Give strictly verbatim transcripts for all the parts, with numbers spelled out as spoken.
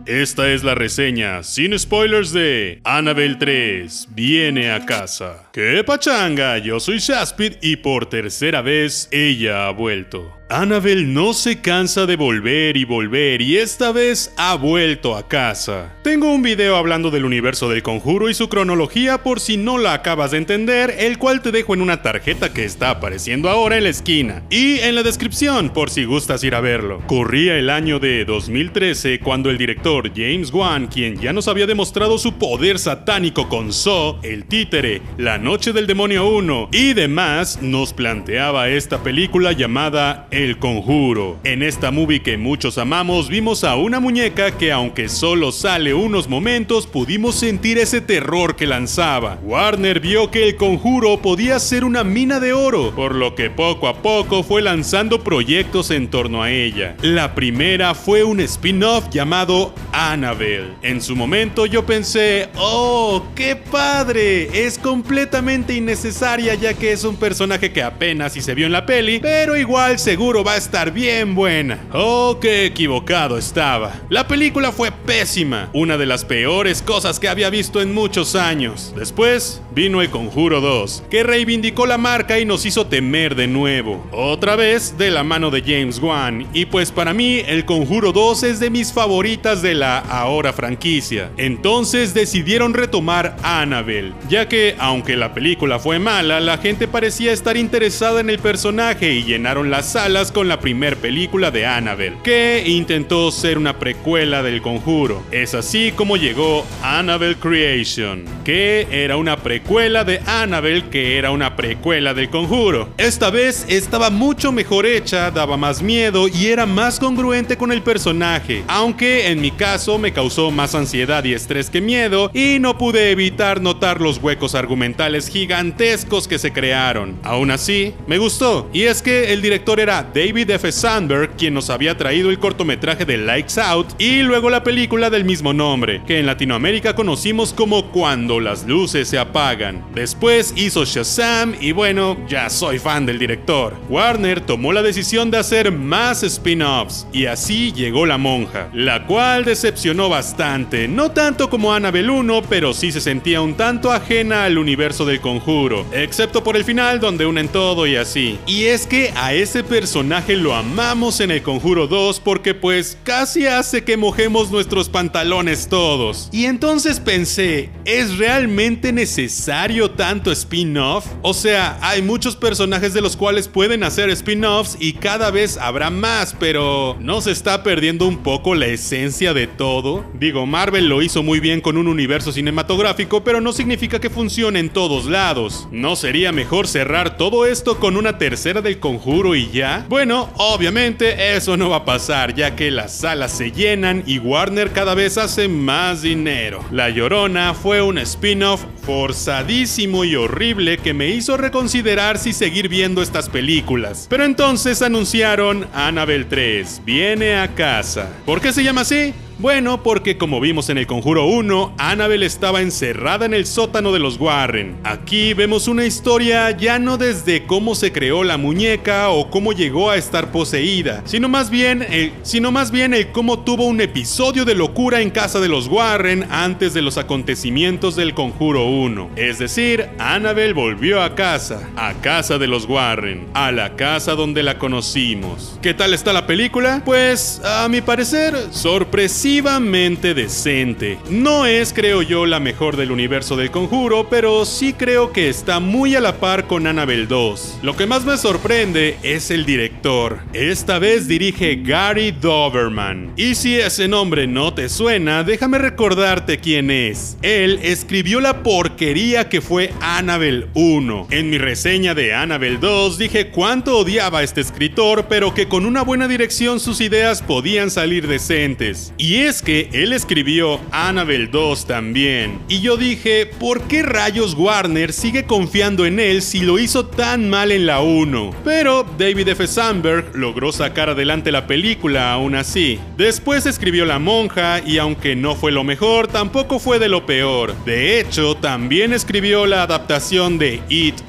Esta es la reseña, sin spoilers, de Annabelle tres, viene a casa. ¡Qué pachanga! Yo soy Shaspid y por tercera vez ella ha vuelto. Annabelle no se cansa de volver y volver y esta vez ha vuelto a casa. Tengo un video hablando del universo del Conjuro y su cronología por si no la acabas de entender, el cual te dejo en una tarjeta que está apareciendo ahora en la esquina y en la descripción por si gustas ir a verlo. Corría el año de dos mil trece cuando el director James Wan, quien ya nos había demostrado su poder satánico con Saw, El Títere, La Noche del Demonio uno y demás, nos planteaba esta película llamada El Conjuro. En esta movie que muchos amamos, vimos a una muñeca que, aunque solo sale unos momentos, pudimos sentir ese terror que lanzaba. Warner vio que El Conjuro podía ser una mina de oro, por lo que poco a poco fue lanzando proyectos en torno a ella. La primera fue un spin-off llamado Annabelle. En su momento yo pensé, ¡oh, qué padre! Es completamente innecesaria ya que es un personaje que apenas si se vio en la peli, pero igual seguro va a estar bien buena. Oh, qué equivocado estaba. La película fue pésima, una de las peores cosas que había visto en muchos años. Después vino El Conjuro dos, que reivindicó la marca y nos hizo temer de nuevo. Otra vez de la mano de James Wan, y pues para mí El Conjuro dos es de mis favoritas de la ahora franquicia. Entonces decidieron retomar Annabelle, ya que aunque la película fue mala, la gente parecía estar interesada en el personaje y llenaron las salas con la primer película de Annabelle, que intentó ser una precuela del Conjuro. Es así como llegó Annabelle Creation, que era una precuela de Annabelle que era una precuela del Conjuro. Esta vez estaba mucho mejor hecha, daba más miedo y era más congruente con el personaje, aunque en mi caso me causó más ansiedad y estrés que miedo y no pude evitar notar los huecos argumentales gigantescos que se crearon. Aún así, me gustó, y es que el director era David F. Sandberg, quien nos había traído el cortometraje de Lights Out y luego la película del mismo nombre, que en Latinoamérica conocimos como Cuando las luces se apagan. Después hizo Shazam y bueno, ya soy fan del director. Warner tomó la decisión de hacer más spin-offs y así llegó La Monja, la cual decepcionó bastante, no tanto como Annabelle uno, pero sí se sentía un tanto ajena al universo del Conjuro, excepto por el final donde unen todo y así. Y es que a ese personaje lo amamos en El Conjuro dos porque pues casi hace que mojemos nuestros pantalones todos. Y entonces pensé, ¿es realmente necesario tanto spin-off? O sea, hay muchos personajes de los cuales pueden hacer spin-offs y cada vez habrá más, pero ¿no se está perdiendo un poco la esencia de todo? Digo, Marvel lo hizo muy bien con un universo cinematográfico, pero no significa que funcione en todos lados. ¿No sería mejor cerrar todo esto con una tercera del Conjuro y ya? Bueno, obviamente eso no va a pasar, ya que las salas se llenan y Warner cada vez hace más dinero. La Llorona fue un spin-off forzadísimo y horrible que me hizo reconsiderar si seguir viendo estas películas. Pero entonces anunciaron Annabelle tres, viene a casa. ¿Por qué se llama así? Bueno, porque como vimos en El Conjuro uno, Annabelle estaba encerrada en el sótano de los Warren. Aquí vemos una historia ya no desde cómo se creó la muñeca o cómo llegó a estar poseída, sino más bien el, sino más bien el cómo tuvo un episodio de locura en casa de los Warren antes de los acontecimientos del Conjuro uno. Es decir, Annabelle volvió a casa, a casa de los Warren, a la casa donde la conocimos. ¿Qué tal está la película? Pues, a mi parecer, sorpresiva. Decente. No es, creo yo, la mejor del universo del Conjuro, pero sí creo que está muy a la par con Annabelle dos. Lo que más me sorprende es el director. Esta vez dirige Gary Doberman. Y si ese nombre no te suena, déjame recordarte quién es. Él escribió la porquería que fue Annabelle uno. En mi reseña de Annabelle dos dije cuánto odiaba a este escritor, pero que con una buena dirección sus ideas podían salir decentes. Y Y es que él escribió Annabelle dos también. Y yo dije, ¿por qué rayos Warner sigue confiando en él si lo hizo tan mal en la uno? Pero David F. Sandberg logró sacar adelante la película aún así. Después escribió La Monja y aunque no fue lo mejor, tampoco fue de lo peor. De hecho, también escribió la adaptación de It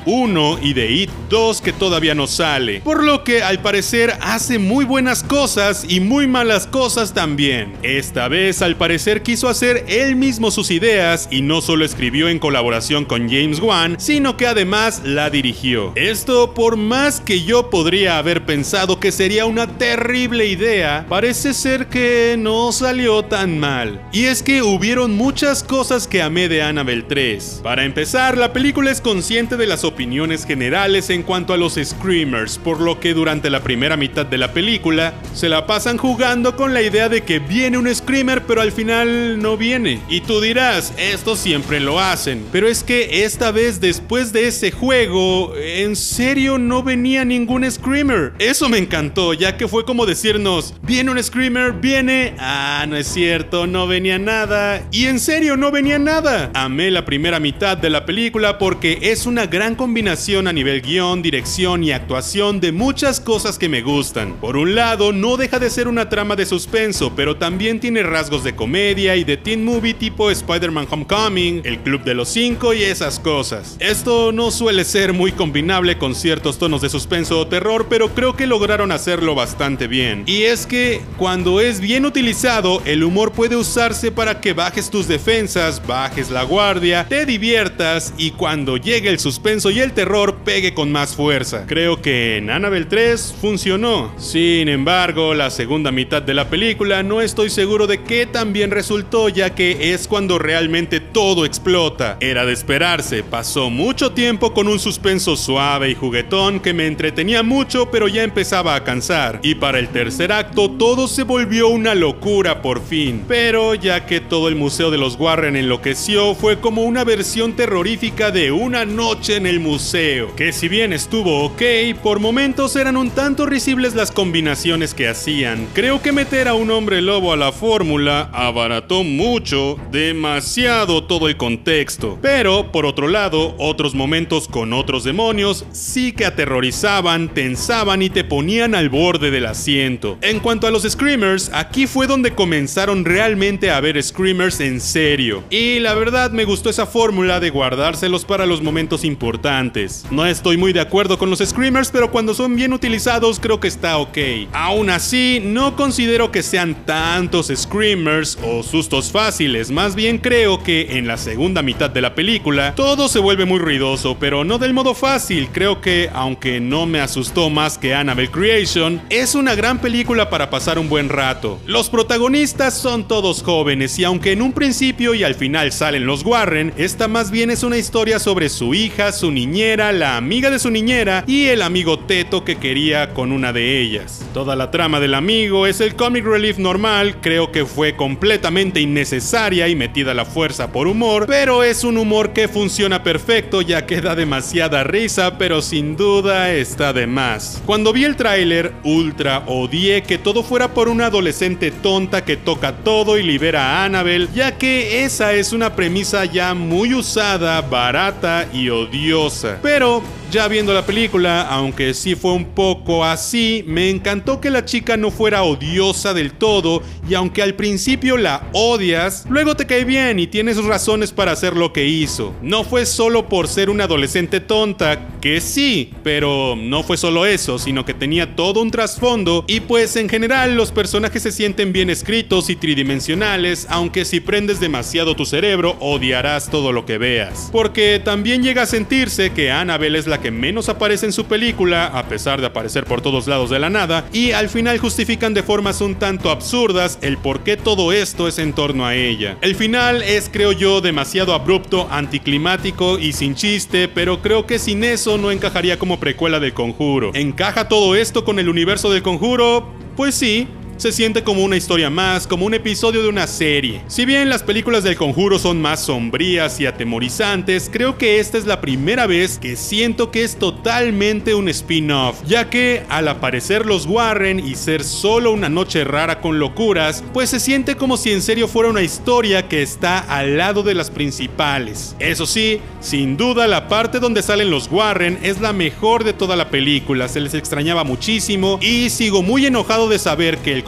uno y de It dos que todavía no sale, por lo que al parecer hace muy buenas cosas y muy malas cosas también. Esta vez al parecer quiso hacer él mismo sus ideas y no solo escribió en colaboración con James Wan, sino que además la dirigió. Esto, por más que yo podría haber pensado que sería una terrible idea, parece ser que no salió tan mal. Y es que hubieron muchas cosas que amé de Annabelle tres. Para empezar, la película es consciente de las opiniones generales en cuanto a los Screamers, por lo que durante la primera mitad de la película se la pasan jugando con la idea de que viene un Screamer pero al final no viene. Y tú dirás, esto siempre lo hacen, pero es que esta vez después de ese juego, en serio no venía ningún Screamer. Eso me encantó, ya que fue como decirnos, viene un Screamer, viene, ah, no es cierto, no venía nada, y en serio no venía nada. Amé la primera mitad de la película porque es una gran combinación a nivel guión, dirección y actuación de muchas cosas que me gustan. Por un lado, no deja de ser una trama de suspenso, pero también tiene rasgos de comedia y de teen movie tipo Spider-Man Homecoming, El Club de los Cinco y esas cosas. Esto no suele ser muy combinable con ciertos tonos de suspenso o terror, pero creo que lograron hacerlo bastante bien. Y es que cuando es bien utilizado, el humor puede usarse para que bajes tus defensas, bajes la guardia, te diviertas y cuando llegue el suspenso y el terror pegue con más fuerza. Creo que en Annabelle tres funcionó. Sin embargo, la segunda mitad de la película no estoy seguro de qué tan bien resultó, ya que es cuando realmente todo explota. Era de esperarse, pasó mucho tiempo con un suspenso suave y juguetón que me entretenía mucho, pero ya empezaba a cansar. Y para el tercer acto todo se volvió una locura por fin. Pero ya que todo el museo de los Warren enloqueció, fue como una versión terrorífica de Una noche en el museo, que si bien estuvo ok, por momentos eran un tanto risibles las combinaciones que hacían. Creo que meter a un hombre lobo a la fórmula abarató mucho, demasiado todo el contexto. Pero por otro lado, otros momentos con otros demonios sí que aterrorizaban, tensaban y te ponían al borde del asiento. En cuanto a los Screamers, aquí fue donde comenzaron realmente a ver Screamers en serio. Y la verdad me gustó esa fórmula de guardárselos para los momentos importantes. No estoy muy de acuerdo con los Screamers, pero cuando son bien utilizados creo que está ok. Aún así, no considero que sean tantos Screamers o sustos fáciles, más bien creo que en la segunda mitad de la película todo se vuelve muy ruidoso, pero no del modo fácil. Creo que, aunque no me asustó más que Annabelle Creation, es una gran película para pasar un buen rato. Los protagonistas son todos jóvenes y aunque en un principio y al final salen los Warren, esta más bien es una historia sobre su hija, su niñera, la amiga de su niñera y el amigo teto que quería con una de ellas. Toda la trama del amigo es el comic relief normal, creo que fue completamente innecesaria y metida a la fuerza por humor, pero es un humor que funciona perfecto ya que da demasiada risa, pero sin duda está de más. Cuando vi el tráiler, ultra odié que todo fuera por una adolescente tonta que toca todo y libera a Annabelle, ya que esa es una premisa ya muy usada, barata y odiosa. Pero ya viendo la película, aunque sí fue un poco así, me encantó que la chica no fuera odiosa del todo y aunque al principio la odias, luego te cae bien y tienes razones para hacer lo que hizo. No fue solo por ser una adolescente tonta, que sí, pero no fue solo eso, sino que tenía todo un trasfondo y pues en general los personajes se sienten bien escritos y tridimensionales, aunque si prendes demasiado tu cerebro odiarás todo lo que veas. Porque también llega a sentirse que Annabelle es la que menos aparece en su película, a pesar de aparecer por todos lados de la nada, y al final justifican de formas un tanto absurdas el por qué todo esto es en torno a ella. El final es, creo yo, demasiado abrupto, anticlimático y sin chiste, pero creo que sin eso no encajaría como precuela del Conjuro. ¿Encaja todo esto con el universo del Conjuro? Pues sí. Se siente como una historia más, como un episodio de una serie. Si bien las películas del Conjuro son más sombrías y atemorizantes, creo que esta es la primera vez que siento que es totalmente un spin-off, ya que al aparecer los Warren y ser solo una noche rara con locuras, pues se siente como si en serio fuera una historia que está al lado de las principales. Eso sí, sin duda la parte donde salen los Warren es la mejor de toda la película, se les extrañaba muchísimo y sigo muy enojado de saber que el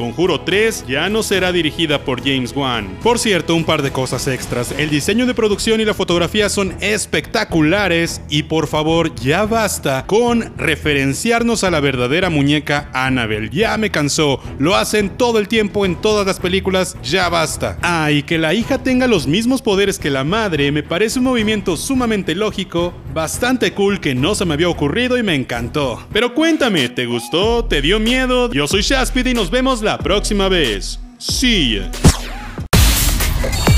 Conjuro tres ya no será dirigida por James Wan. Por cierto, un par de cosas extras. El diseño de producción y la fotografía son espectaculares y por favor ya basta con referenciarnos a la verdadera muñeca Annabelle. Ya me cansó. Lo hacen todo el tiempo en todas las películas. Ya basta. Ah, y que la hija tenga los mismos poderes que la madre me parece un movimiento sumamente lógico, bastante cool que no se me había ocurrido y me encantó. Pero cuéntame, ¿te gustó? ¿Te dio miedo? Yo soy Shaspid y nos vemos la próxima vez. See ya.